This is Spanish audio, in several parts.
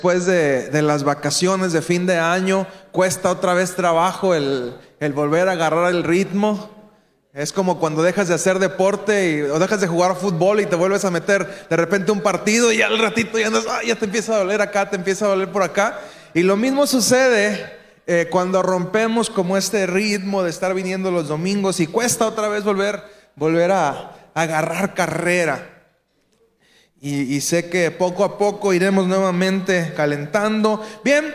Después de las vacaciones de fin de año, cuesta otra vez trabajo el volver a agarrar el ritmo. Es como cuando dejas de hacer deporte o dejas de jugar fútbol y te vuelves a meter de repente un partido y al ratito ya andas, ya te empieza a doler acá, te empieza a doler por acá. Y lo mismo sucede cuando rompemos como este ritmo de estar viniendo los domingos y cuesta otra vez volver a agarrar carrera. Y sé que poco a poco iremos nuevamente calentando. Bien,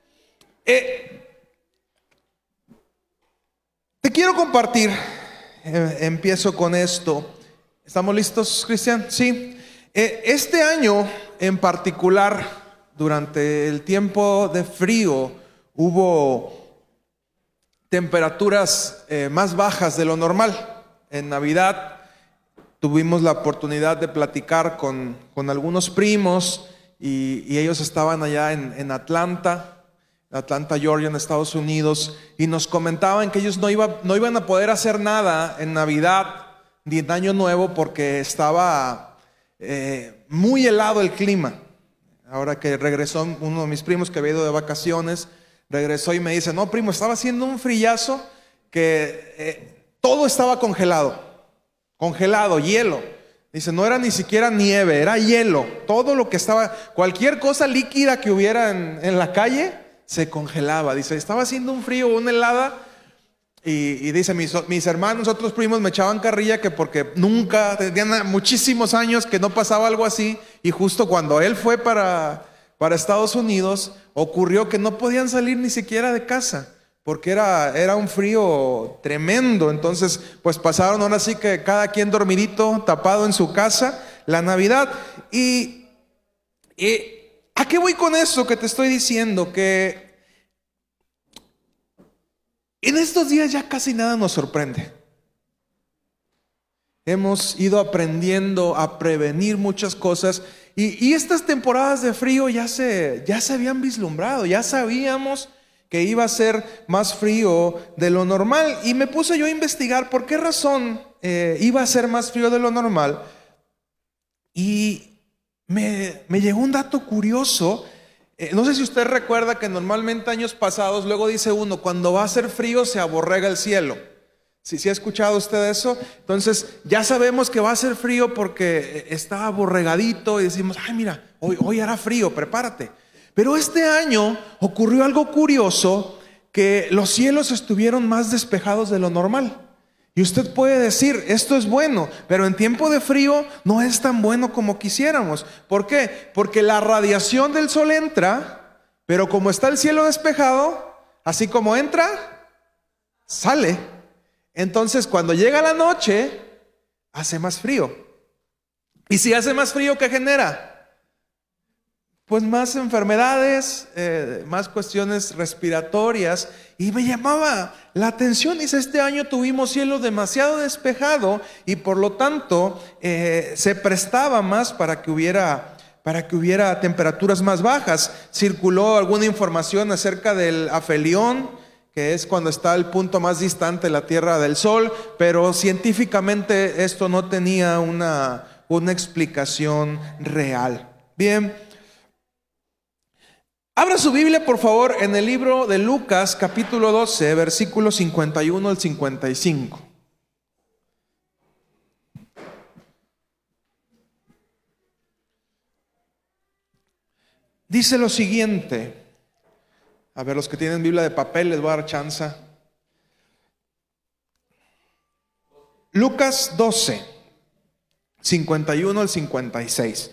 te quiero compartir. Empiezo con esto. ¿Estamos listos, Cristian? Sí. Este año en particular, durante el tiempo de frío, hubo temperaturas más bajas de lo normal. En Navidad tuvimos la oportunidad de platicar con algunos primos y ellos estaban allá en Atlanta, Georgia, en Estados Unidos, y nos comentaban que ellos no iban a poder hacer nada en Navidad ni en Año Nuevo porque estaba muy helado el clima. Ahora que regresó uno de mis primos que había ido de vacaciones, regresó y me dice: no, primo, estaba haciendo un frillazo que todo estaba congelado, hielo. Dice, no era ni siquiera nieve, era hielo. Todo lo que estaba, cualquier cosa líquida que hubiera en la calle, se congelaba. Dice, estaba haciendo un frío, una helada. Y dice, mis hermanos, otros primos me echaban carrilla que porque nunca, tenían muchísimos años que no pasaba algo así. Y justo cuando él fue para Estados Unidos, ocurrió que no podían salir ni siquiera de casa, porque era un frío tremendo. Entonces pues pasaron ahora sí que cada quien dormidito, tapado en su casa, la Navidad. Y ¿a qué voy con eso que te estoy diciendo? Que en estos días ya casi nada nos sorprende. Hemos ido aprendiendo a prevenir muchas cosas y estas temporadas de frío ya se habían vislumbrado, ya sabíamos que iba a ser más frío de lo normal. Y me puse yo a investigar por qué razón iba a ser más frío de lo normal. Y me llegó un dato curioso. No sé si usted recuerda que normalmente años pasados, luego dice uno, cuando va a ser frío se aborrega el cielo. ¿Sí ha escuchado usted eso? Entonces ya sabemos que va a ser frío porque está aborregadito y decimos, ay mira, hoy hará frío, prepárate. Pero este año ocurrió algo curioso, que los cielos estuvieron más despejados de lo normal. Y usted puede decir, esto es bueno, pero en tiempo de frío no es tan bueno como quisiéramos. ¿Por qué? Porque la radiación del sol entra, pero como está el cielo despejado, así como entra, sale. Entonces cuando llega la noche, hace más frío. Y si hace más frío, ¿qué genera? Pues más enfermedades, más cuestiones respiratorias. Y me llamaba la atención. Dice, este año tuvimos cielo demasiado despejado y por lo tanto se prestaba más para que hubiera temperaturas más bajas. Circuló alguna información acerca del afelión, que es cuando está el punto más distante de la Tierra del Sol, pero científicamente esto no tenía una explicación real. Bien. Abra su Biblia, por favor, en el libro de Lucas, capítulo 12, versículos 51 al 55. Dice lo siguiente. A ver, los que tienen Biblia de papel, les voy a dar chance. Lucas 12, 51 al 56.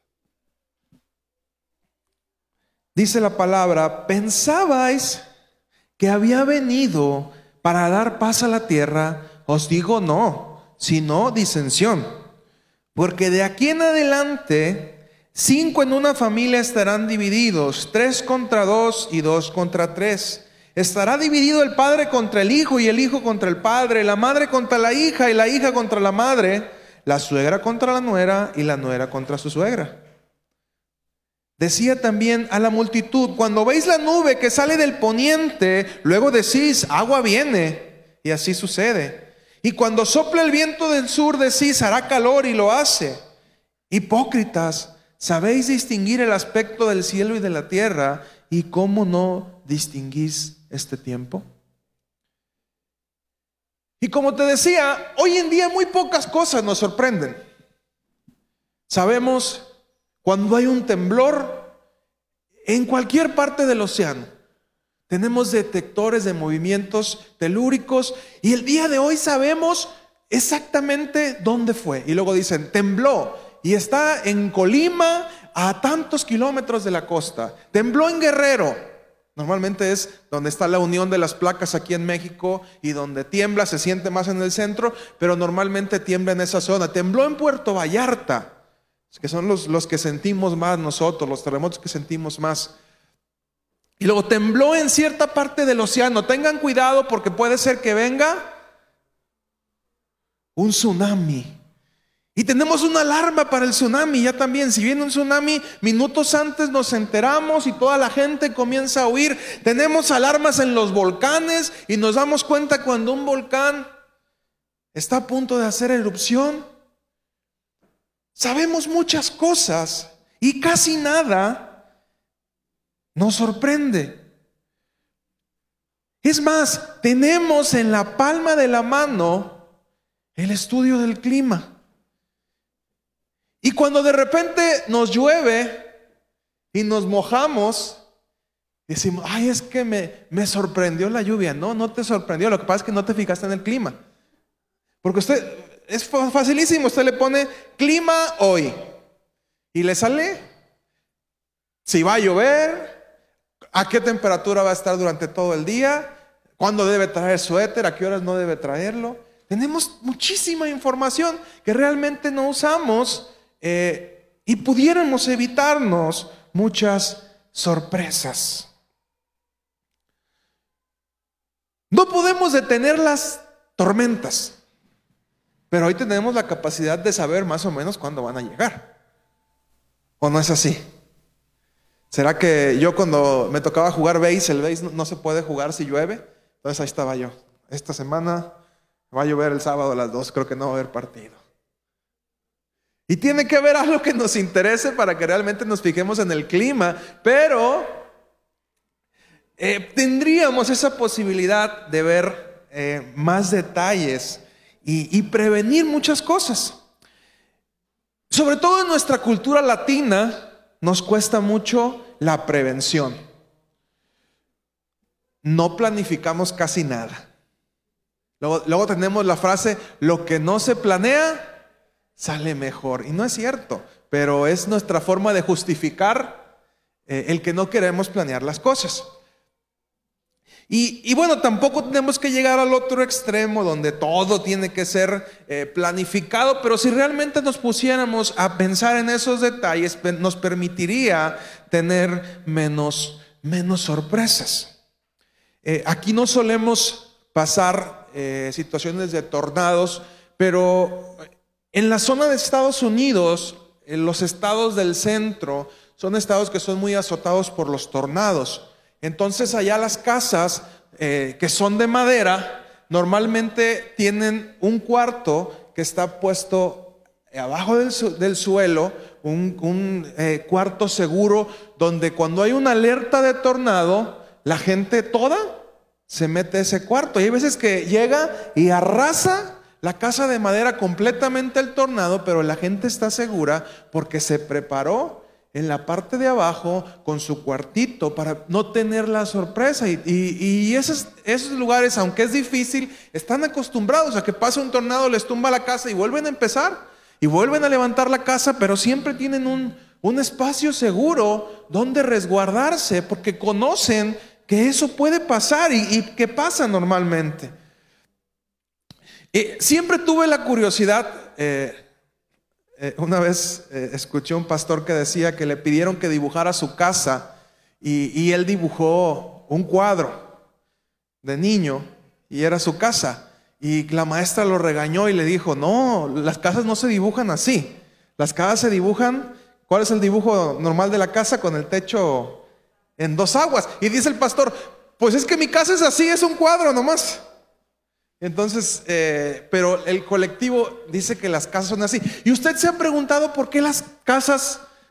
Dice la palabra, ¿pensabais que había venido para dar paz a la tierra? Os digo no, sino disensión. Porque de aquí en adelante, 5 en una familia estarán divididos, 3 contra 2 y 2 contra 3. Estará dividido el padre contra el hijo y el hijo contra el padre, la madre contra la hija y la hija contra la madre, la suegra contra la nuera y la nuera contra su suegra. Decía también a la multitud, cuando veis la nube que sale del poniente, luego decís, agua viene, y así sucede. Y cuando sopla el viento del sur, decís, hará calor, y lo hace. Hipócritas, sabéis distinguir el aspecto del cielo y de la tierra, y cómo no distinguís este tiempo. Y como te decía, hoy en día muy pocas cosas nos sorprenden. Sabemos cuando hay un temblor en cualquier parte del océano. Tenemos detectores de movimientos telúricos y el día de hoy sabemos exactamente dónde fue. Y luego dicen, tembló y está en Colima a tantos kilómetros de la costa. Tembló en Guerrero. Normalmente es donde está la unión de las placas aquí en México y donde tiembla, se siente más en el centro, pero normalmente tiembla en esa zona. Tembló en Puerto Vallarta, que son los que sentimos más nosotros, los terremotos que sentimos más. Y luego tembló en cierta parte del océano. Tengan cuidado porque puede ser que venga un tsunami. Y tenemos una alarma para el tsunami ya también. Si viene un tsunami, minutos antes nos enteramos y toda la gente comienza a huir. Tenemos alarmas en los volcanes y nos damos cuenta cuando un volcán está a punto de hacer erupción. Sabemos muchas cosas y casi nada nos sorprende. Es más, tenemos en la palma de la mano el estudio del clima. Y cuando de repente nos llueve y nos mojamos, decimos, ay, es que me sorprendió la lluvia. No, no te sorprendió, lo que pasa es que no te fijaste en el clima. Porque usted, es facilísimo, usted le pone clima hoy y le sale si va a llover, a qué temperatura va a estar durante todo el día, cuándo debe traer suéter, a qué horas no debe traerlo. Tenemos muchísima información que realmente no usamos. Y pudiéramos evitarnos muchas sorpresas. No podemos detener las tormentas, pero hoy tenemos la capacidad de saber más o menos cuándo van a llegar. ¿O no es así? ¿Será que yo cuando me tocaba jugar béis, el béis no se puede jugar si llueve? Entonces ahí estaba yo. Esta semana va a llover el sábado a las 2, creo que no va a haber partido. Y tiene que haber algo que nos interese para que realmente nos fijemos en el clima, pero tendríamos esa posibilidad de ver más detalles y prevenir muchas cosas. Sobre todo en nuestra cultura latina nos cuesta mucho la prevención. No planificamos casi nada. Luego tenemos la frase, lo que no se planea sale mejor. Y no es cierto, pero es nuestra forma de justificar el que no queremos planear las cosas. Y bueno, tampoco tenemos que llegar al otro extremo donde todo tiene que ser planificado, pero si realmente nos pusiéramos a pensar en esos detalles, nos permitiría tener menos sorpresas. Aquí no solemos pasar situaciones de tornados, pero en la zona de Estados Unidos, en los estados del centro, son estados que son muy azotados por los tornados. Entonces allá las casas que son de madera, normalmente tienen un cuarto que está puesto abajo del suelo, un cuarto seguro, donde cuando hay una alerta de tornado, la gente toda se mete a ese cuarto. Y hay veces que llega y arrasa la casa de madera completamente el tornado, pero la gente está segura porque se preparó en la parte de abajo con su cuartito para no tener la sorpresa. Y esos lugares, aunque es difícil, están acostumbrados a que pase un tornado, les tumba la casa y vuelven a empezar y vuelven a levantar la casa, pero siempre tienen un espacio seguro donde resguardarse porque conocen que eso puede pasar y que pasa normalmente. Siempre tuve la curiosidad, una vez escuché a un pastor que decía que le pidieron que dibujara su casa y él dibujó un cuadro de niño y era su casa. Y la maestra lo regañó y le dijo, no, las casas no se dibujan así. Las casas se dibujan, ¿cuál es el dibujo normal de la casa? Con el techo en dos aguas. Y dice el pastor, pues es que mi casa es así, es un cuadro nomás. Entonces, pero el colectivo dice que las casas son así. ¿Y usted se ha preguntado por qué las casas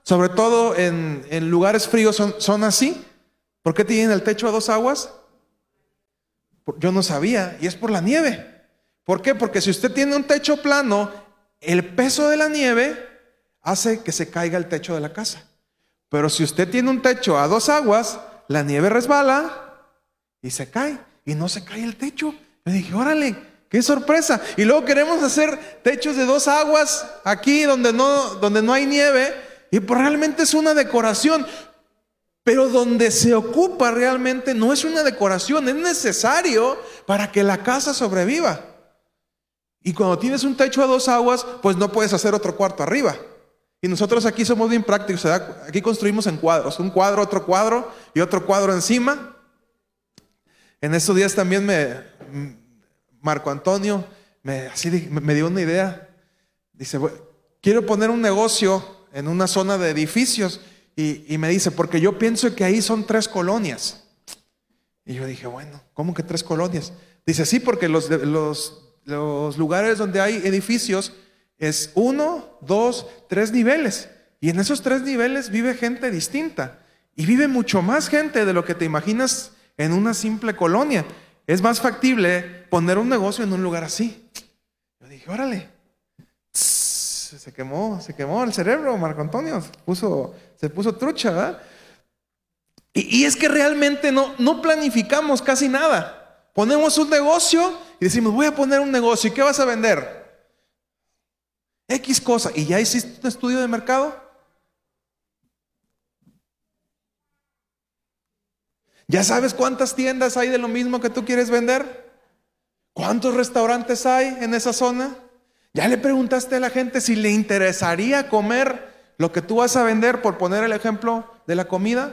Sobre todo en lugares fríos son así. ¿Por qué tienen el techo a dos aguas? Yo no sabía, y es por la nieve. ¿Por qué? Porque si usted tiene un techo plano, el peso de la nieve hace que se caiga el techo de la casa. Pero si usted tiene un techo a dos aguas, la nieve resbala y se cae, y no se cae el techo. Yo dije, órale, qué sorpresa. Y luego queremos hacer techos de dos aguas aquí donde no hay nieve, y pues realmente es una decoración. Pero donde se ocupa realmente no es una decoración, es necesario para que la casa sobreviva. Y cuando tienes un techo a dos aguas, pues no puedes hacer otro cuarto arriba. Y nosotros aquí somos bien prácticos, ¿verdad? Aquí construimos en cuadros, un cuadro, otro cuadro y otro cuadro encima. En estos días también Marco Antonio me dio una idea. Dice, quiero poner un negocio en una zona de edificios. Y me dice, porque yo pienso que ahí son 3 colonias. Y yo dije, bueno, ¿cómo que 3 colonias? Dice, sí, porque los lugares donde hay edificios es 1, 2, 3 niveles. Y en esos 3 niveles vive gente distinta. Y vive mucho más gente de lo que te imaginas en una simple colonia. Es más factible poner un negocio en un lugar así. Yo dije, órale. Se quemó el cerebro, Marco Antonio. Se puso trucha, ¿verdad? Y es que realmente no planificamos casi nada. Ponemos un negocio y decimos, voy a poner un negocio. ¿Y qué vas a vender? X cosa. ¿Y ya hiciste un estudio de mercado? ¿Ya sabes cuántas tiendas hay de lo mismo que tú quieres vender? ¿Cuántos restaurantes hay en esa zona? ¿Ya le preguntaste a la gente si le interesaría comer lo que tú vas a vender, por poner el ejemplo de la comida?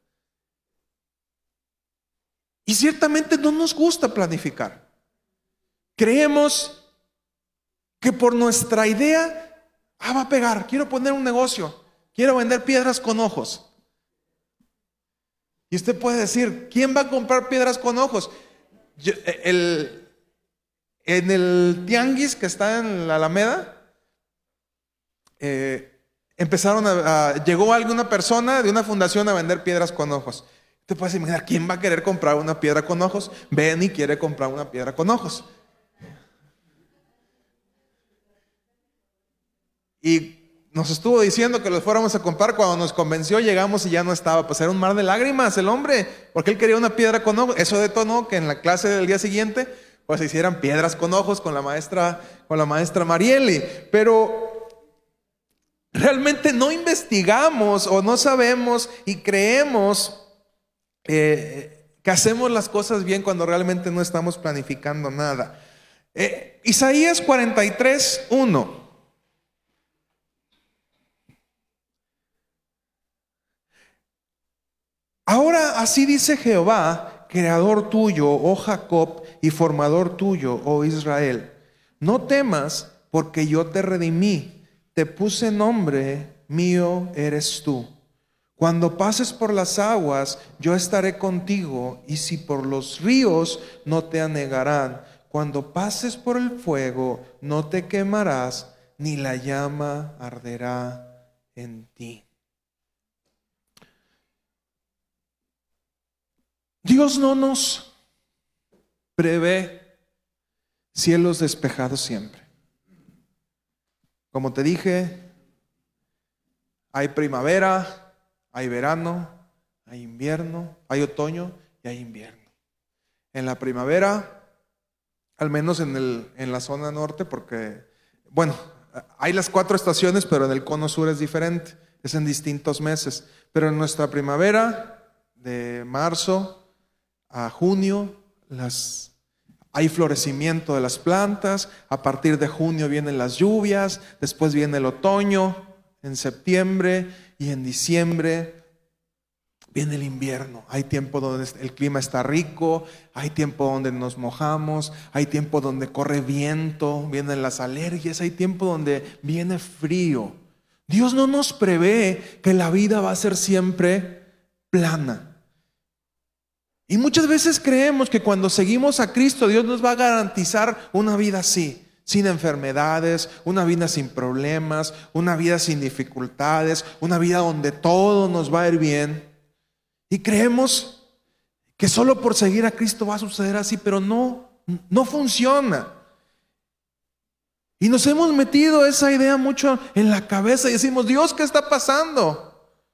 Y ciertamente no nos gusta planificar. Creemos que por nuestra idea, va a pegar, quiero poner un negocio, quiero vender piedras con ojos. Y usted puede decir, ¿quién va a comprar piedras con ojos? En el tianguis que está en la Alameda, llegó alguna persona de una fundación a vender piedras con ojos. Te puedes imaginar, ¿quién va a querer comprar una piedra con ojos? Benny quiere comprar una piedra con ojos. Y nos estuvo diciendo que los fuéramos a comprar. Cuando nos convenció, llegamos y ya no estaba. Pues era un mar de lágrimas el hombre, porque él quería una piedra con ojos. Eso detonó que en la clase del día siguiente pues se hicieran piedras con ojos con la maestra Marieli. Pero realmente no investigamos o no sabemos y creemos que hacemos las cosas bien cuando realmente no estamos planificando nada. Isaías 43:1. Ahora así dice Jehová, creador tuyo, oh Jacob, y formador tuyo, oh Israel. No temas, porque yo te redimí, te puse nombre, mío eres tú. Cuando pases por las aguas, yo estaré contigo, y si por los ríos, no te anegarán. Cuando pases por el fuego, no te quemarás, ni la llama arderá en ti. Dios no nos prevé cielos despejados siempre. Como te dije, hay primavera, hay verano, hay invierno, hay otoño y hay invierno. En la primavera, al menos en la zona norte, porque, bueno, hay las 4 estaciones, pero en el cono sur es diferente, es en distintos meses. Pero en nuestra primavera, de marzo a junio, hay florecimiento de las plantas. A partir de junio vienen las lluvias, después viene el otoño, en septiembre, y en diciembre viene el invierno. Hay tiempo donde el clima está rico, hay tiempo donde nos mojamos, hay tiempo donde corre viento, vienen las alergias, hay tiempo donde viene frío. Dios no nos prevé que la vida va a ser siempre plana. Y muchas veces creemos que cuando seguimos a Cristo, Dios nos va a garantizar una vida así. sin enfermedades, una vida sin problemas, una vida sin dificultades, una vida donde todo nos va a ir bien. Y creemos que solo por seguir a Cristo va a suceder así, pero no funciona. Y nos hemos metido esa idea mucho en la cabeza y decimos, Dios, ¿qué está pasando?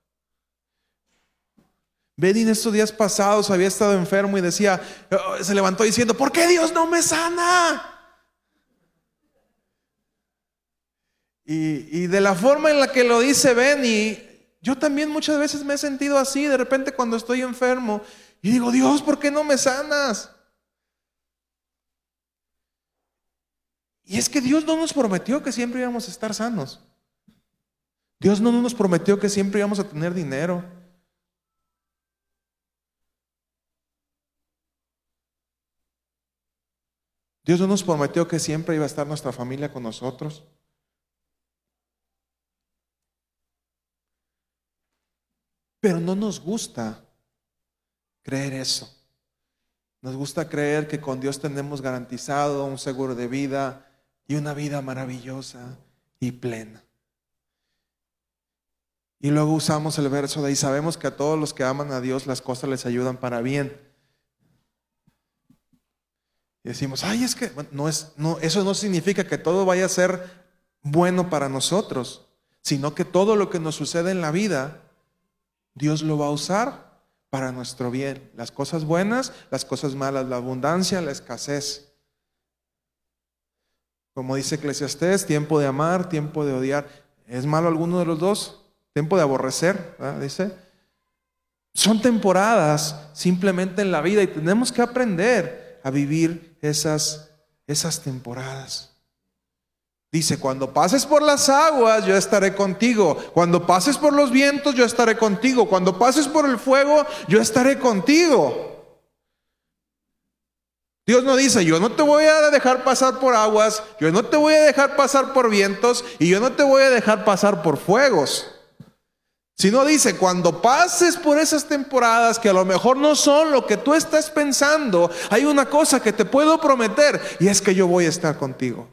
Betty en estos días pasados había estado enfermo y decía, se levantó diciendo, ¿por qué Dios no me sana? Y de la forma en la que lo dice Benny, yo también muchas veces me he sentido así, de repente cuando estoy enfermo y digo, Dios, ¿por qué no me sanas? Y es que Dios no nos prometió que siempre íbamos a estar sanos. Dios no nos prometió que siempre íbamos a tener dinero. Dios no nos prometió que siempre iba a estar nuestra familia con nosotros. Pero no nos gusta creer eso. Nos gusta creer que con Dios tenemos garantizado un seguro de vida y una vida maravillosa y plena. Y luego usamos el verso de ahí, sabemos que a todos los que aman a Dios las cosas les ayudan para bien. Y decimos, ay, es que eso no significa que todo vaya a ser bueno para nosotros, sino que todo lo que nos sucede en la vida, Dios lo va a usar para nuestro bien. Las cosas buenas, las cosas malas, la abundancia, la escasez. Como dice Eclesiastés, tiempo de amar, tiempo de odiar. ¿Es malo alguno de los dos? Tiempo de aborrecer, ¿verdad? Dice. Son temporadas simplemente en la vida y tenemos que aprender a vivir esas temporadas. Dice, cuando pases por las aguas, yo estaré contigo. Cuando pases por los vientos, yo estaré contigo. Cuando pases por el fuego, yo estaré contigo. Dios no dice, yo no te voy a dejar pasar por aguas, yo no te voy a dejar pasar por vientos y yo no te voy a dejar pasar por fuegos. Sino dice, cuando pases por esas temporadas que a lo mejor no son lo que tú estás pensando, hay una cosa que te puedo prometer y es que yo voy a estar contigo.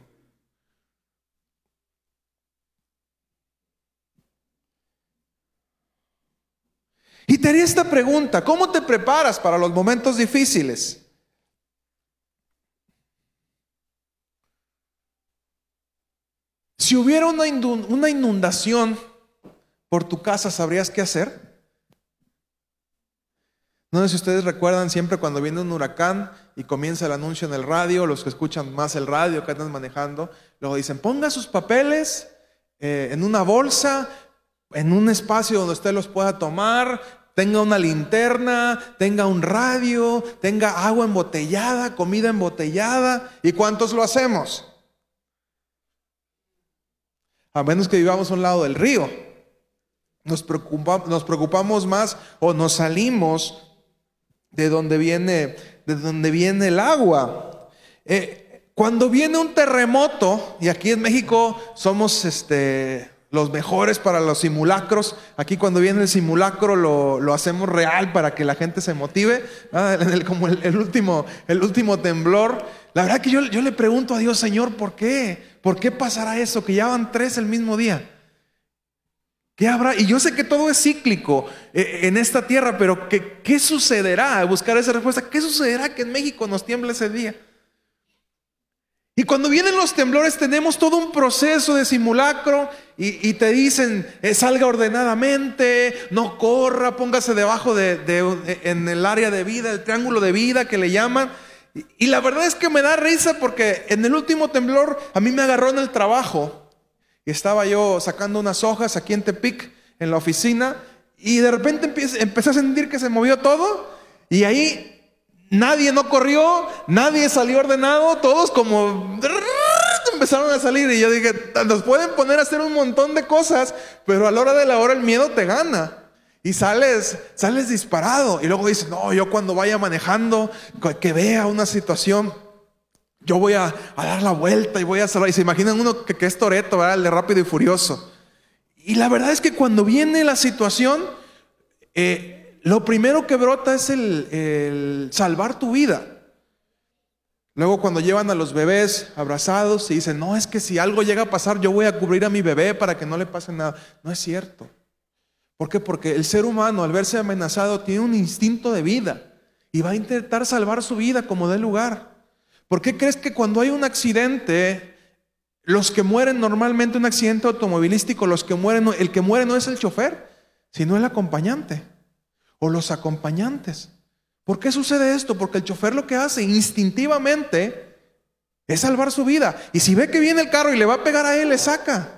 Y te haría esta pregunta, ¿cómo te preparas para los momentos difíciles? Si hubiera una inundación por tu casa, ¿sabrías qué hacer? No sé si ustedes recuerdan siempre cuando viene un huracán y comienza el anuncio en el radio, los que escuchan más el radio, que andan manejando, luego dicen, ponga sus papeles en una bolsa, en un espacio donde usted los pueda tomar, tenga una linterna, tenga un radio, tenga agua embotellada, comida embotellada. ¿Y cuántos lo hacemos? A menos que vivamos a un lado del río. Nos preocupamos más o nos salimos de donde viene el agua. Cuando viene un terremoto, y aquí en México somos los mejores para los simulacros. Aquí cuando viene el simulacro lo hacemos real para que la gente se motive, como el último temblor. La verdad que yo le pregunto a Dios, Señor, ¿por qué? ¿Por qué pasará eso? Que ya van 3 el mismo día. ¿Qué habrá? Y yo sé que todo es cíclico en esta tierra, pero ¿qué sucederá? Buscar esa respuesta. ¿Qué sucederá que en México nos tiemble ese día? Y cuando vienen los temblores tenemos todo un proceso de simulacro y te dicen, salga ordenadamente, no corra, póngase debajo en el área de vida, el triángulo de vida que le llaman. Y la verdad es que me da risa porque en el último temblor a mí me agarró en el trabajo. Y estaba yo sacando unas hojas aquí en Tepic, en la oficina, y de repente empecé a sentir que se movió todo y ahí nadie no corrió, nadie salió ordenado, todos como empezaron a salir y yo dije, nos pueden poner a hacer un montón de cosas, pero a la hora de la hora el miedo te gana y sales disparado y luego dices, no, yo cuando vaya manejando, que vea una situación, yo voy a dar la vuelta y voy a cerrar. Y se imaginan uno que es Toretto, ¿verdad? El de Rápido y Furioso. Y la verdad es que cuando viene la situación, lo primero que brota es el salvar tu vida. Luego cuando llevan a los bebés abrazados, se dicen, no, es que si algo llega a pasar, yo voy a cubrir a mi bebé para que no le pase nada. No es cierto. ¿Por qué? Porque el ser humano, al verse amenazado, tiene un instinto de vida y va a intentar salvar su vida como dé lugar. ¿Por qué crees que cuando hay un accidente, los que mueren normalmente, un accidente automovilístico, el que muere no es el chofer, sino el acompañante o los acompañantes? ¿Por qué sucede esto? Porque el chofer lo que hace instintivamente es salvar su vida. Y si ve que viene el carro y le va a pegar a él, le saca.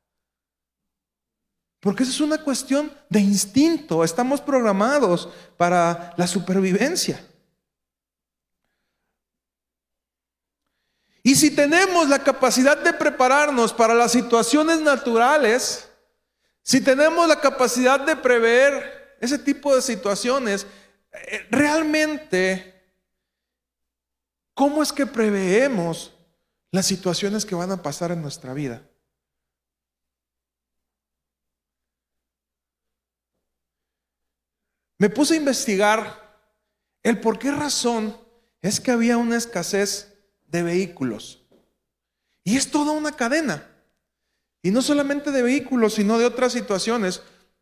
Porque eso es una cuestión de instinto. Estamos programados para la supervivencia. Y si tenemos la capacidad de prepararnos para las situaciones naturales, si tenemos la capacidad de prever ese tipo de situaciones, realmente, ¿cómo es que preveemos las situaciones que van a pasar en nuestra vida? Me puse a investigar el por qué razón es que había una escasez de vehículos. Y es toda una cadena. Y no solamente de vehículos, sino de otras situaciones.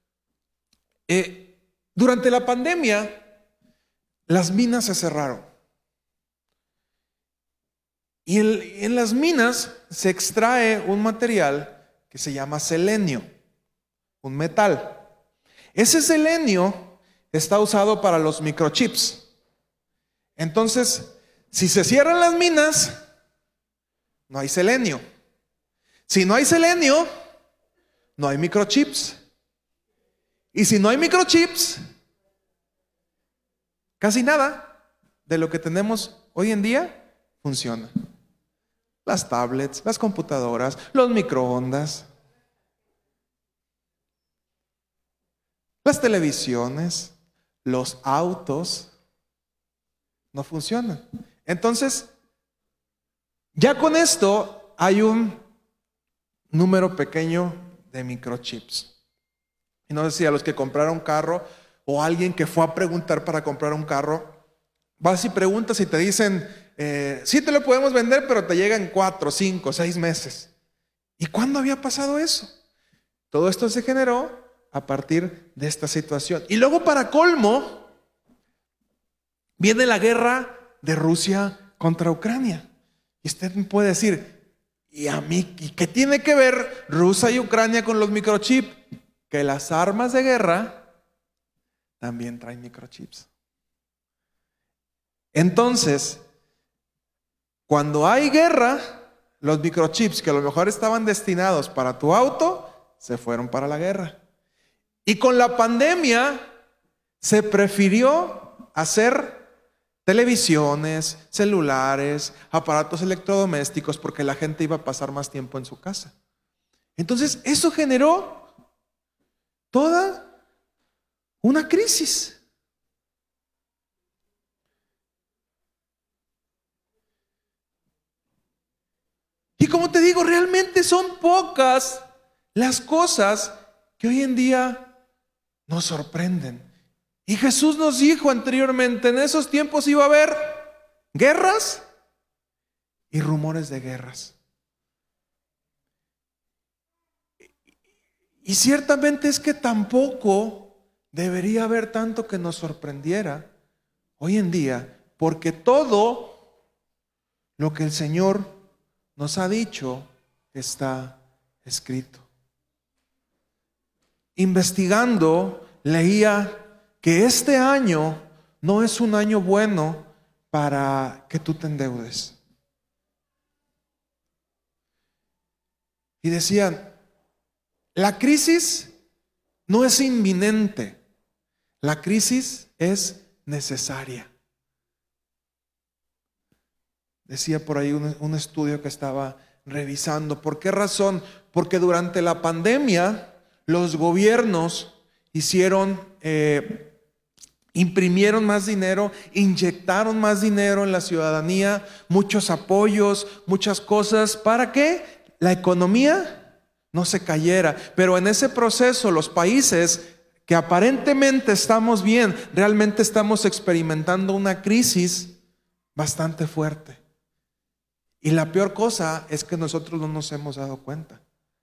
Durante la pandemia, las minas se cerraron. Y en las minas se extrae un material que se llama selenio, un metal. Ese selenio está usado para los microchips. Entonces, si se cierran las minas, no hay selenio. Si no hay selenio, no hay microchips. Y si no hay microchips, casi nada de lo que tenemos hoy en día funciona. Las tablets, las computadoras, los microondas, las televisiones, los autos, no funcionan. Entonces, ya con esto hay un número pequeño de microchips. Y no sé si a los que compraron carro o alguien que fue a preguntar para comprar un carro, vas y preguntas y te dicen, sí te lo podemos vender, pero te llega en 4, 5, 6 meses. ¿Y cuándo había pasado eso? Todo esto se generó a partir de esta situación. Y luego, para colmo, viene la guerra de Rusia contra Ucrania. Y usted me puede decir, ¿y a mí qué tiene que ver Rusia y Ucrania con los microchips? Que las armas de guerra también traen microchips. Entonces, cuando hay guerra, los microchips que a lo mejor estaban destinados para tu auto, se fueron para la guerra. Y con la pandemia se prefirió hacer televisiones, celulares, aparatos electrodomésticos, porque la gente iba a pasar más tiempo en su casa. Entonces, eso generó toda una crisis. Y como te digo, realmente son pocas las cosas que hoy en día nos sorprenden. Y Jesús nos dijo anteriormente, en esos tiempos iba a haber guerras y rumores de guerras. Y ciertamente es que tampoco debería haber tanto que nos sorprendiera hoy en día, porque todo lo que el Señor nos ha dicho está escrito. Investigando, leía que este año no es un año bueno para que tú te endeudes. Y decían, la crisis no es inminente, la crisis es necesaria. Decía por ahí un estudio que estaba revisando. ¿Por qué razón? Porque durante la pandemia los gobiernos imprimieron más dinero, inyectaron más dinero en la ciudadanía, muchos apoyos, muchas cosas, para que la economía no se cayera. Pero en ese proceso los países que aparentemente estamos bien, realmente estamos experimentando una crisis bastante fuerte. Y la peor cosa es que nosotros no nos hemos dado cuenta.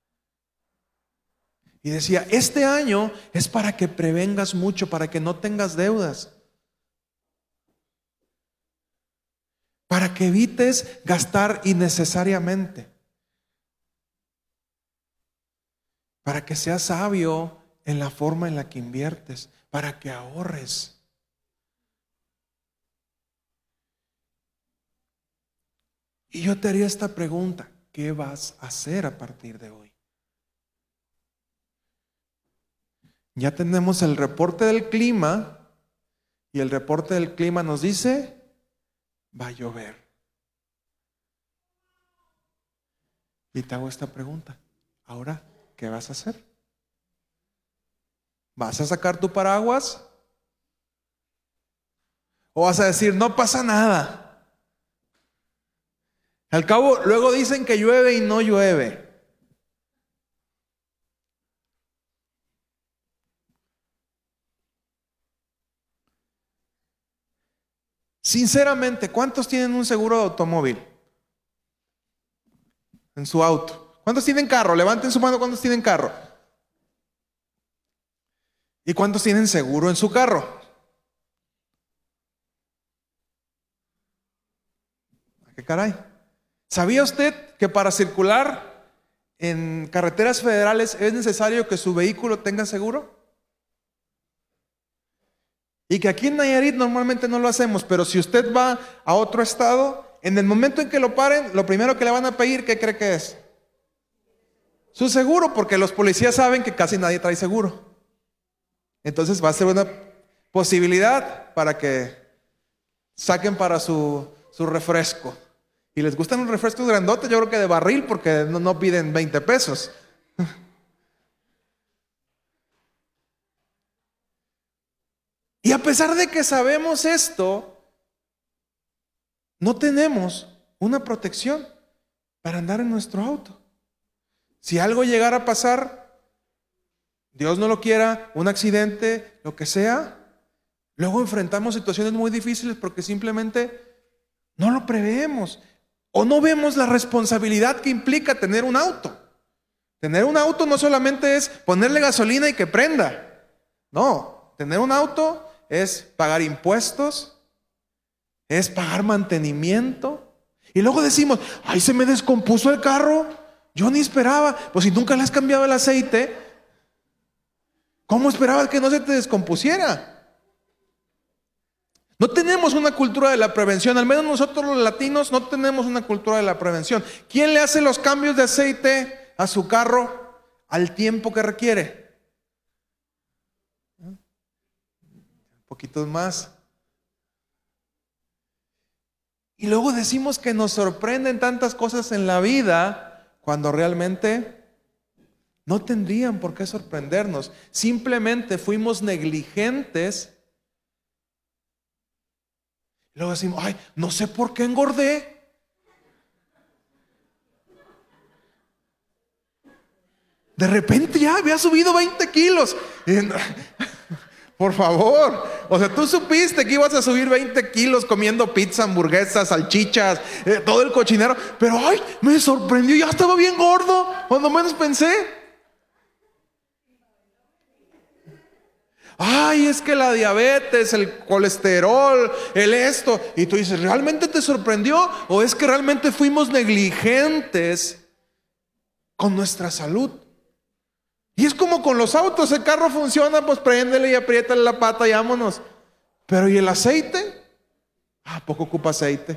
Y decía, este año es para que prevengas mucho, para que no tengas deudas, para que evites gastar innecesariamente, para que seas sabio en la forma en la que inviertes, para que ahorres. Y yo te haría esta pregunta: ¿qué vas a hacer a partir de hoy? Ya tenemos el reporte del clima, y el reporte del clima nos dice: va a llover. Y te hago esta pregunta: ¿ahora qué vas a hacer? ¿Vas a sacar tu paraguas? ¿O vas a decir, no pasa nada? Al cabo, luego dicen que llueve y no llueve. Sinceramente, ¿cuántos tienen un seguro de automóvil en su auto? ¿Cuántos tienen carro? Levanten su mano, ¿cuántos tienen carro? ¿Y cuántos tienen seguro en su carro? ¿Qué caray? ¿Sabía usted que para circular en carreteras federales es necesario que su vehículo tenga seguro? Y que aquí en Nayarit normalmente no lo hacemos, pero si usted va a otro estado, en el momento en que lo paren, lo primero que le van a pedir, ¿qué cree que es? Su seguro, porque los policías saben que casi nadie trae seguro. Entonces va a ser una posibilidad para que saquen para su refresco. Y les gustan los refrescos grandotes, yo creo que de barril, porque no piden 20 pesos. Y a pesar de que sabemos esto, no tenemos una protección para andar en nuestro auto. Si algo llegara a pasar, Dios no lo quiera, un accidente, lo que sea, luego enfrentamos situaciones muy difíciles porque simplemente no lo preveemos o no vemos la responsabilidad que implica tener un auto. Tener un auto no solamente es ponerle gasolina y que prenda. No, tener un auto es pagar impuestos, es pagar mantenimiento. Y luego decimos, ay, se me descompuso el carro, yo ni esperaba. Pues si nunca le has cambiado el aceite, ¿cómo esperabas que no se te descompusiera? No tenemos una cultura de la prevención, al menos nosotros los latinos no tenemos una cultura de la prevención. ¿Quién le hace los cambios de aceite a su carro al tiempo que requiere? Poquitos más. Y luego decimos que nos sorprenden tantas cosas en la vida cuando realmente no tendrían por qué sorprendernos. Simplemente fuimos negligentes. Y luego decimos, ay, no sé por qué engordé. De repente ya había subido 20 kilos. Por favor, o sea, tú supiste que ibas a subir 20 kilos comiendo pizza, hamburguesas, salchichas, todo el cochinero, pero ay, me sorprendió, ya estaba bien gordo, cuando menos pensé. Ay, es que la diabetes, el colesterol, el esto, y tú dices, ¿realmente te sorprendió? ¿O es que realmente fuimos negligentes con nuestra salud? Y es como con los autos, el carro funciona, pues préndele y apriétale la pata y vámonos. Pero ¿y el aceite? ¿A poco ocupa aceite?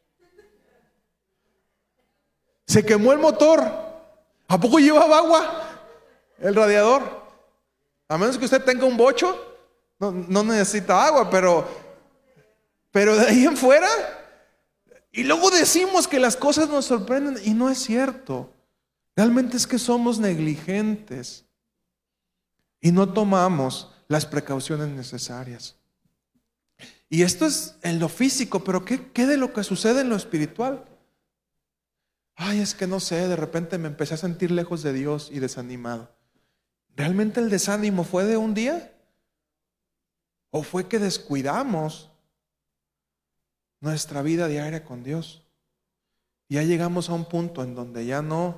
Se quemó el motor, ¿a poco llevaba agua el radiador? A menos que usted tenga un bocho, no necesita agua, pero de ahí en fuera. Y luego decimos que las cosas nos sorprenden y no es cierto. Realmente es que somos negligentes y no tomamos las precauciones necesarias. Y esto es en lo físico, pero ¿qué de lo que sucede en lo espiritual? Ay, es que no sé, de repente me empecé a sentir lejos de Dios y desanimado. ¿Realmente el desánimo fue de un día? ¿O fue que descuidamos nuestra vida diaria con Dios? Y ya llegamos a un punto en donde ya no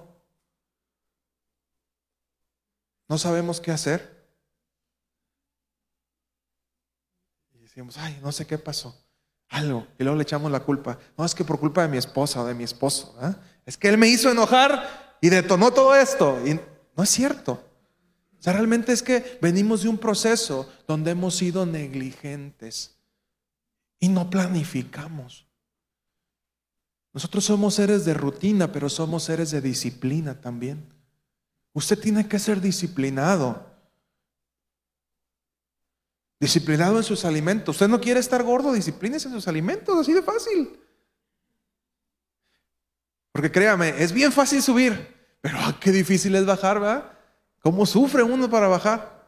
sabemos qué hacer. Y decimos, ay, no sé qué pasó. Algo. Y luego le echamos la culpa. No, es que por culpa de mi esposa o de mi esposo. Es que él me hizo enojar y detonó todo esto. Y no es cierto. O sea, realmente es que venimos de un proceso donde hemos sido negligentes y no planificamos. Nosotros somos seres de rutina, pero somos seres de disciplina también. Usted tiene que ser disciplinado. Disciplinado en sus alimentos. Usted no quiere estar gordo, disciplínese en sus alimentos, así de fácil. Porque créame, es bien fácil subir, pero qué difícil es bajar, ¿verdad? ¿Cómo sufre uno para bajar?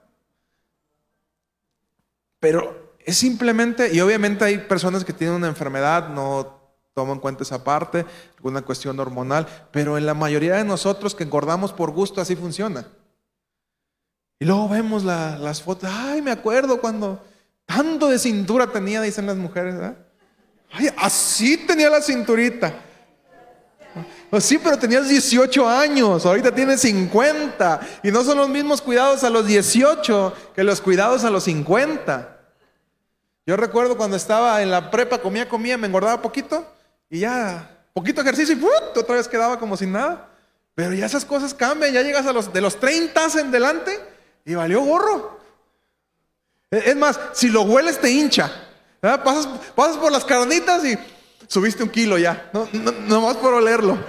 Pero es simplemente, y obviamente hay personas que tienen una enfermedad, no tomo en cuenta esa parte, alguna cuestión hormonal, pero en la mayoría de nosotros que engordamos por gusto, así funciona. Y luego vemos las fotos. Ay, me acuerdo cuando tanto de cintura tenía, dicen las mujeres, ¿verdad? Ay, así tenía la cinturita. Pues sí, pero tenías 18 años, ahorita tienes 50. Y no son los mismos cuidados a los 18 que los cuidados a los 50. Yo recuerdo cuando estaba en la prepa, comía, me engordaba poquito. Y ya, poquito ejercicio y otra vez quedaba como sin nada. Pero ya esas cosas cambian, ya llegas de los 30 en delante y valió gorro. Es más, si lo hueles te hincha. Pasas por las carnitas y subiste 1 kilo ya. No más por olerlo.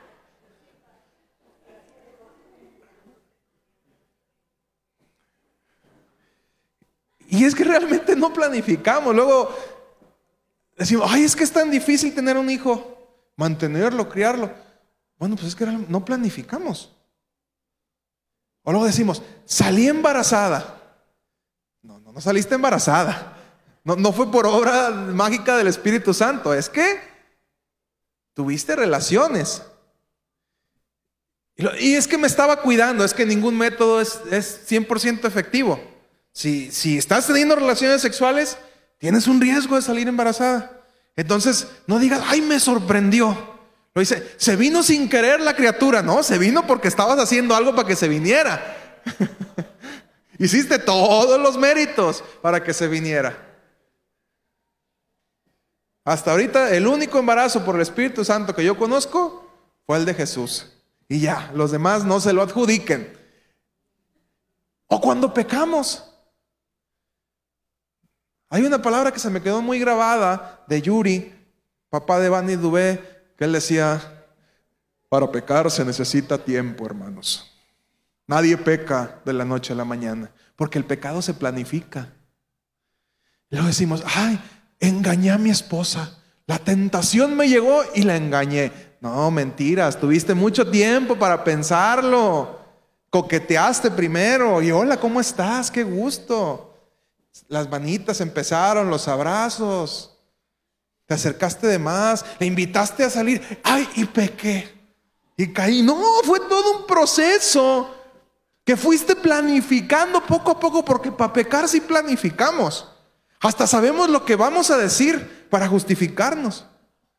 Y es que realmente no planificamos. Luego decimos, ay, es que es tan difícil tener un hijo, mantenerlo, criarlo. Bueno, pues es que no planificamos. O luego decimos, salí embarazada. No saliste embarazada. No fue por obra mágica del Espíritu Santo. Es que tuviste relaciones. Y es que me estaba cuidando. Es que ningún método es 100% efectivo. Si estás teniendo relaciones sexuales, tienes un riesgo de salir embarazada. Entonces, no digas, ay, me sorprendió. Lo dice, se vino sin querer la criatura. No, se vino porque estabas haciendo algo para que se viniera. Hiciste todos los méritos para que se viniera. Hasta ahorita, el único embarazo por el Espíritu Santo que yo conozco fue el de Jesús. Y ya, los demás no se lo adjudiquen. O cuando pecamos. Hay una palabra que se me quedó muy grabada de Yuri, papá de Vanny Dubé, que él decía, para pecar se necesita tiempo, hermanos. Nadie peca de la noche a la mañana, porque el pecado se planifica. Y luego decimos, ay, engañé a mi esposa. La tentación me llegó y la engañé. No, mentiras, tuviste mucho tiempo para pensarlo. Coqueteaste primero y hola, ¿cómo estás? Qué gusto. Las manitas empezaron, los abrazos. Te acercaste de más, le invitaste a salir. Ay, y pequé. Y caí. No, fue todo un proceso que fuiste planificando poco a poco, porque para pecar sí planificamos. Hasta sabemos lo que vamos a decir para justificarnos.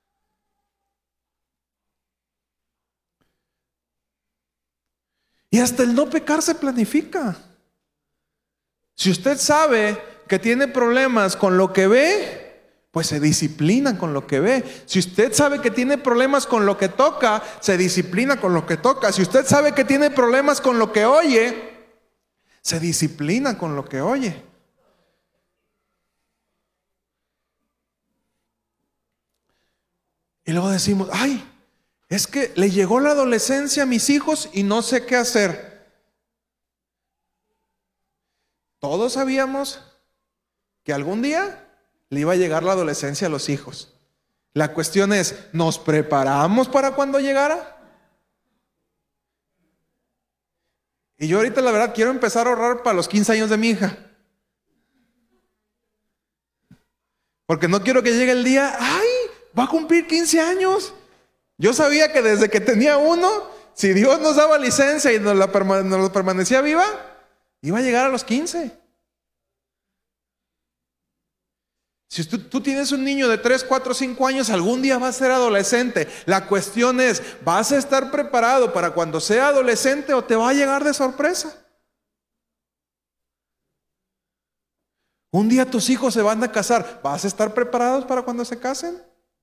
Y hasta el no pecar se planifica. Si usted sabe que tiene problemas con lo que ve, pues se disciplina con lo que ve. Si usted sabe que tiene problemas con lo que toca, se disciplina con lo que toca. Si usted sabe que tiene problemas con lo que oye, se disciplina con lo que oye. Y luego decimos, ay, es que le llegó la adolescencia a mis hijos y no sé qué hacer. Todos sabíamos que algún día le iba a llegar la adolescencia a los hijos. La cuestión es, ¿nos preparamos para cuando llegara? Y yo ahorita la verdad quiero empezar a ahorrar para los 15 años de mi hija. Porque no quiero que llegue el día, ¡ay! Va a cumplir 15 años. Yo sabía que desde que tenía uno, si Dios nos daba licencia y nos permanecía viva, iba a llegar a los 15. Si tú tienes un niño de 3, 4, 5 años, algún día va a ser adolescente. La cuestión es, ¿vas a estar preparado para cuando sea adolescente o te va a llegar de sorpresa? Un día tus hijos se van a casar. ¿Vas a estar preparados para cuando se casen?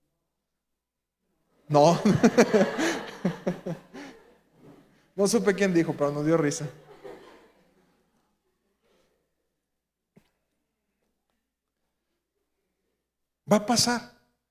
No. No supe quién dijo, pero nos dio risa. Va a pasar.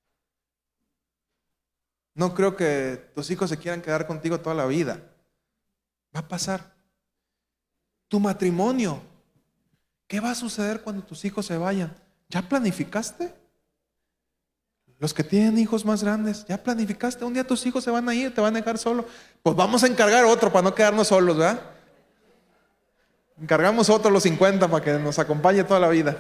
No creo que tus hijos se quieran quedar contigo toda la vida. Va a pasar. Tu matrimonio. ¿Qué va a suceder cuando tus hijos se vayan? ¿Ya planificaste? Los que tienen hijos más grandes, ¿ya planificaste? Un día tus hijos se van a ir, te van a dejar solo. Pues vamos a encargar otro para no quedarnos solos, ¿verdad? Encargamos otro los 50 para que nos acompañe toda la vida.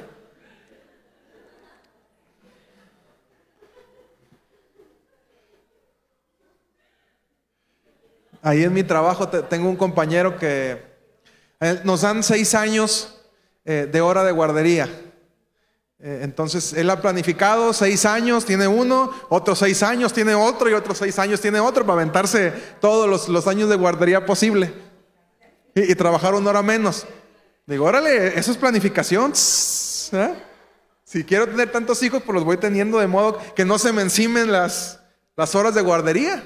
Ahí en mi trabajo tengo un compañero que nos dan 6 años de hora de guardería. Entonces él ha planificado 6 años, tiene uno, otros 6 años tiene otro y otros 6 años tiene otro para aventarse todos los años de guardería posible y trabajar 1 hora menos. Digo, órale, eso es planificación. ¿Eh? Si quiero tener tantos hijos, pues los voy teniendo de modo que no se me encimen las horas de guardería.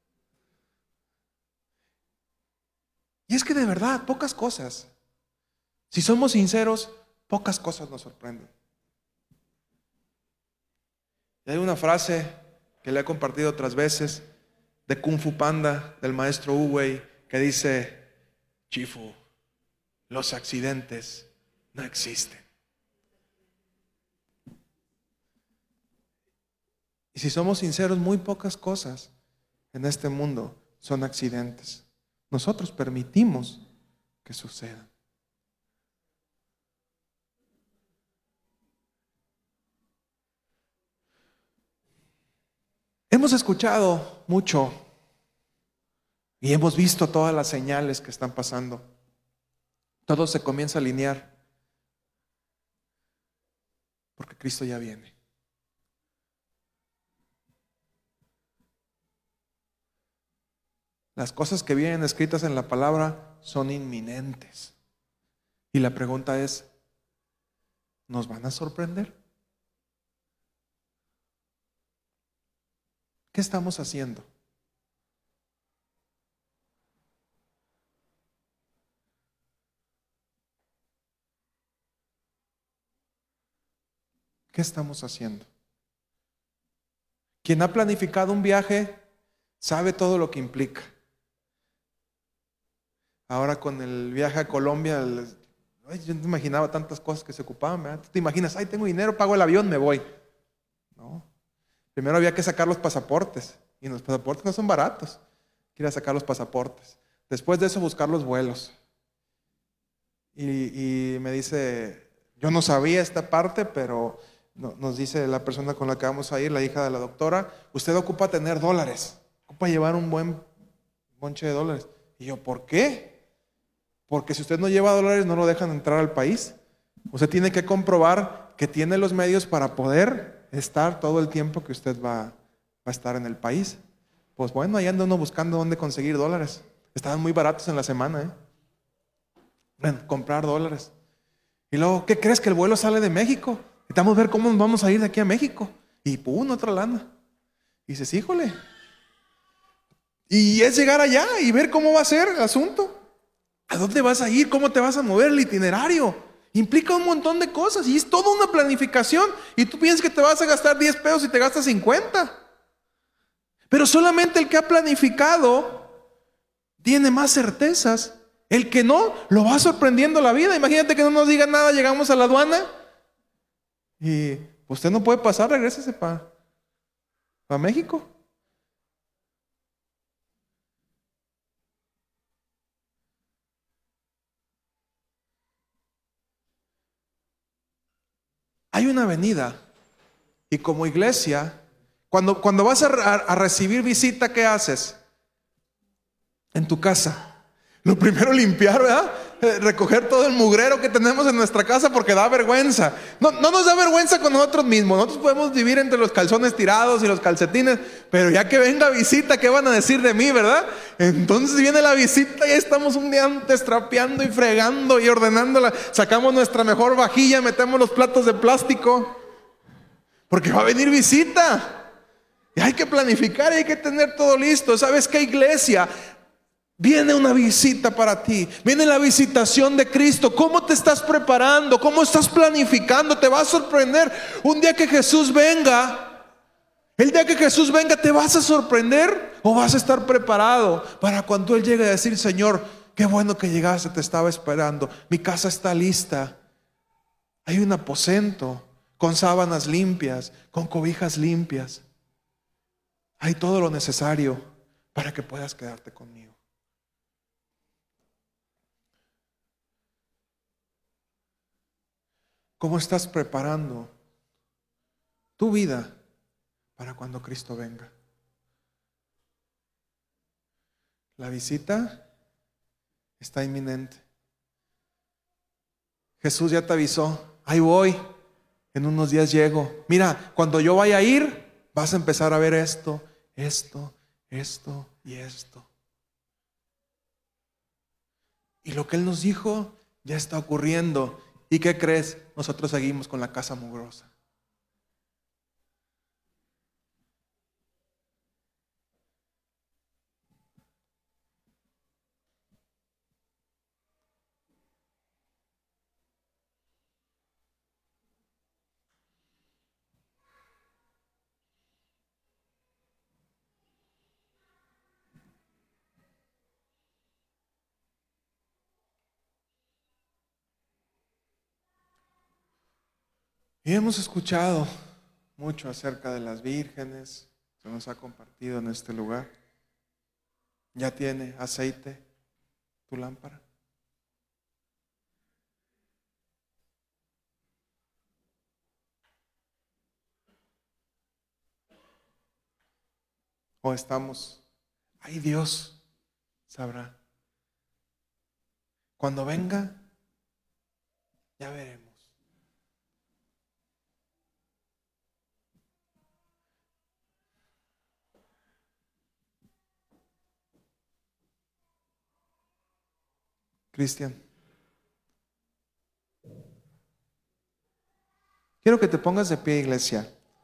Y es que de verdad, pocas cosas. Si somos sinceros, pocas cosas nos sorprenden. Y hay una frase que le he compartido otras veces de Kung Fu Panda, del maestro Wu Wei, que dice: Chifu, los accidentes no existen. Y si somos sinceros, muy pocas cosas en este mundo son accidentes. Nosotros permitimos que sucedan. Hemos escuchado mucho y hemos visto todas las señales que están pasando. Todo se comienza a alinear porque Cristo ya viene. Las cosas que vienen escritas en la palabra son inminentes. Y la pregunta es, ¿nos van a sorprender? ¿Qué estamos haciendo? ¿Qué estamos haciendo? Quien ha planificado un viaje sabe todo lo que implica. Ahora con el viaje a Colombia, yo no imaginaba tantas cosas que se ocupaban, ¿verdad? Tú te imaginas, ay, tengo dinero, pago el avión, me voy. No. Primero había que sacar los pasaportes, y los pasaportes no son baratos. Quiero sacar los pasaportes. Después de eso, buscar los vuelos. Y me dice, yo no sabía esta parte, pero nos dice la persona con la que vamos a ir, la hija de la doctora, usted ocupa tener dólares, ocupa llevar un buen bonche de dólares. Y yo, ¿por qué? Porque si usted no lleva dólares, no lo dejan entrar al país. Usted tiene que comprobar que tiene los medios para poder estar todo el tiempo que usted va a estar en el país. Pues bueno, ahí anda uno buscando dónde conseguir dólares. Estaban muy baratos en la semana, Bueno, comprar dólares. Y luego, ¿qué crees? Que el vuelo sale de México. Necesitamos ver cómo nos vamos a ir de aquí a México. Y ¡pum! Otra lana. Y dices, híjole. Y es llegar allá y ver cómo va a ser el asunto. ¿A dónde vas a ir? ¿Cómo te vas a mover? El itinerario implica un montón de cosas y es toda una planificación. Y tú piensas que te vas a gastar 10 pesos y te gastas 50. Pero solamente el que ha planificado tiene más certezas. El que no, lo va sorprendiendo la vida. Imagínate que no nos diga nada, llegamos a la aduana y usted no puede pasar, regrésese para México. Hay una venida y como iglesia, cuando vas a recibir visita, ¿qué haces? En tu casa. Lo primero limpiar, ¿verdad? recoger todo el mugrero que tenemos en nuestra casa porque da vergüenza. No, no nos da vergüenza con nosotros mismos. Nosotros podemos vivir entre los calzones tirados y los calcetines, pero ya que venga visita, ¿qué van a decir de mí, verdad? Entonces viene la visita y estamos un día antes trapeando y fregando y ordenándola. Sacamos nuestra mejor vajilla, metemos los platos de plástico, porque va a venir visita. Y hay que planificar, hay que tener todo listo. ¿Sabes qué, iglesia? Viene una visita para ti. Viene la visitación de Cristo. ¿Cómo te estás preparando? ¿Cómo estás planificando? Te va a sorprender. Un día que Jesús venga, el día que Jesús venga, ¿te vas a sorprender o vas a estar preparado para cuando Él llegue a decir: Señor, qué bueno que llegaste, te estaba esperando, mi casa está lista, hay un aposento con sábanas limpias, con cobijas limpias, hay todo lo necesario para que puedas quedarte conmigo? ¿Cómo estás preparando tu vida para cuando Cristo venga? La visita está inminente. Jesús ya te avisó: ahí voy, en unos días llego. Mira, cuando yo vaya a ir, vas a empezar a ver esto, esto, esto y esto. Y lo que Él nos dijo ya está ocurriendo. ¿Y qué crees? Nosotros seguimos con la casa mugrosa. Y hemos escuchado mucho acerca de las vírgenes. Se nos ha compartido en este lugar. ¿Ya tiene aceite tu lámpara? ¿O estamos: ay, Dios sabrá? Cuando venga, ya veremos. Cristian, quiero que te pongas de pie, iglesia.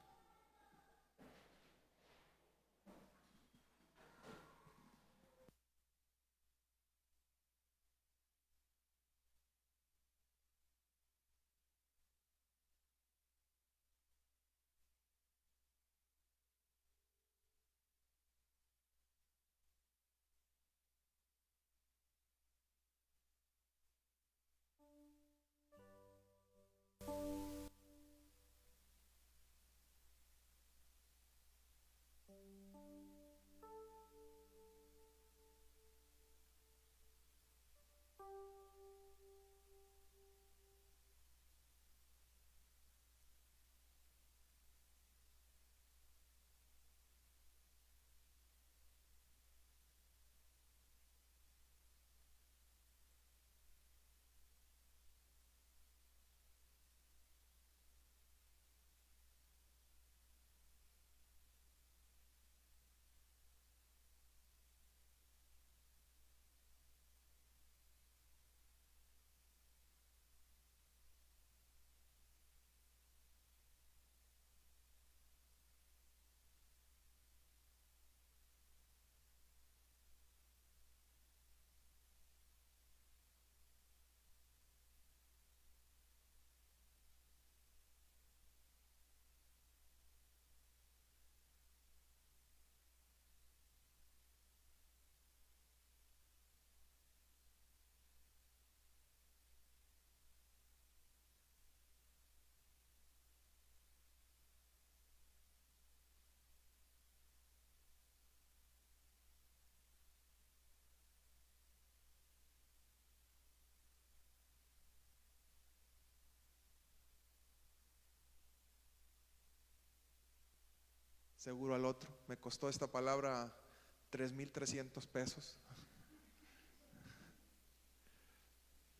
Seguro al otro. Me costó esta palabra 3,300 pesos.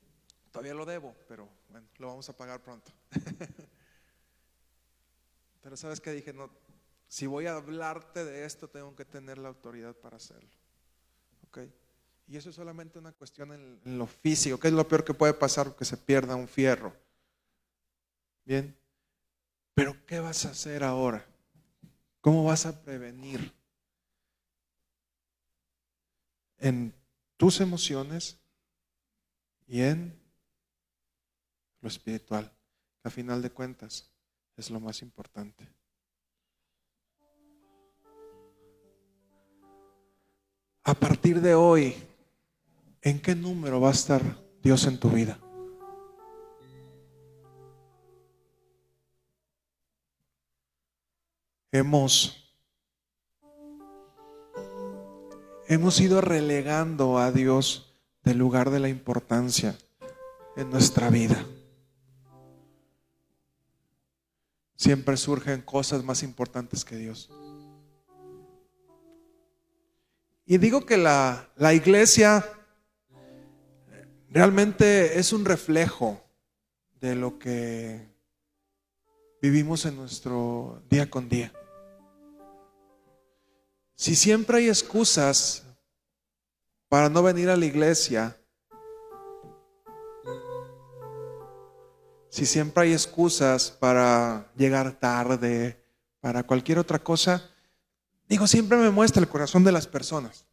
Todavía lo debo, pero bueno, lo vamos a pagar pronto. Pero ¿sabes qué? Dije, no, si voy a hablarte de esto, tengo que tener la autoridad para hacerlo. ¿Ok? Y eso es solamente una cuestión en lo físico. ¿Qué es lo peor que puede pasar? Que se pierda un fierro. Bien. Pero ¿qué vas a hacer ahora? ¿Cómo vas a prevenir en tus emociones y en lo espiritual? Que a final de cuentas es lo más importante. A partir de hoy, ¿en qué número va a estar Dios en tu vida? Hemos ido relegando a Dios del lugar de la importancia en nuestra vida. Siempre surgen cosas más importantes que Dios. Y digo que la iglesia realmente es un reflejo de lo que vivimos en nuestro día con día. Si siempre hay excusas para no venir a la iglesia, si siempre hay excusas para llegar tarde, para cualquier otra cosa, digo, siempre me muestra el corazón de las personas.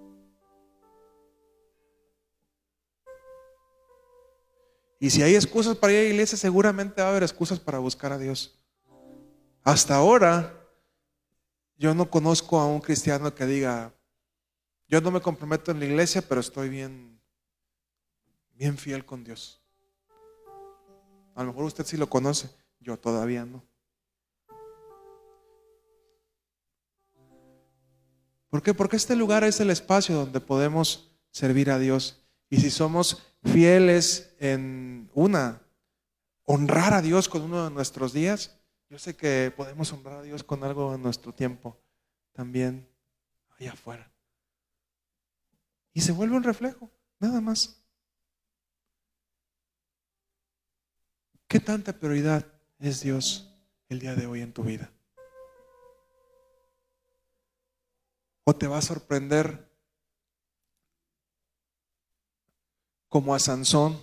Y si hay excusas para ir a la iglesia, seguramente va a haber excusas para buscar a Dios. Hasta ahora, yo no conozco a un cristiano que diga, yo no me comprometo en la iglesia, pero estoy bien fiel con Dios. A lo mejor usted sí lo conoce, yo todavía no. ¿Por qué? Porque este lugar es el espacio donde podemos servir a Dios. Y si somos fieles en honrar a Dios con uno de nuestros días, yo sé que podemos honrar a Dios con algo en nuestro tiempo también allá afuera. Y se vuelve un reflejo, nada más. ¿Qué tanta prioridad es Dios el día de hoy en tu vida? ¿O te va a sorprender como a Sansón?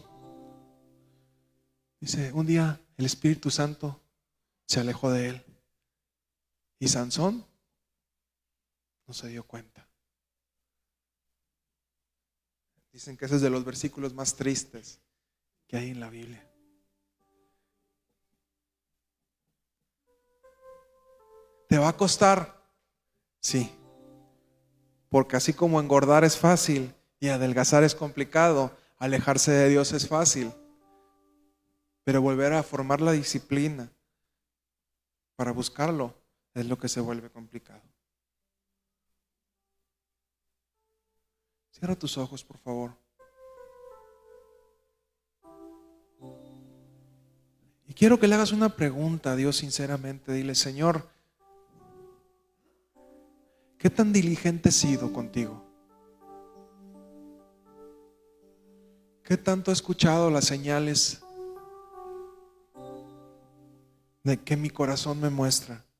Dice, un día el Espíritu Santo se alejó de él y Sansón no se dio cuenta. Dicen que ese es de los versículos más tristes que hay en la Biblia. ¿Te va a costar? Sí. Porque así como engordar es fácil y adelgazar es complicado, alejarse de Dios es fácil. Pero volver a formar la disciplina para buscarlo es lo que se vuelve complicado. Cierra tus ojos, por favor. Y quiero que le hagas una pregunta a Dios sinceramente. Dile, Señor, ¿qué tan diligente he sido contigo? ¿Qué tanto he escuchado las señales de que mi corazón me muestra?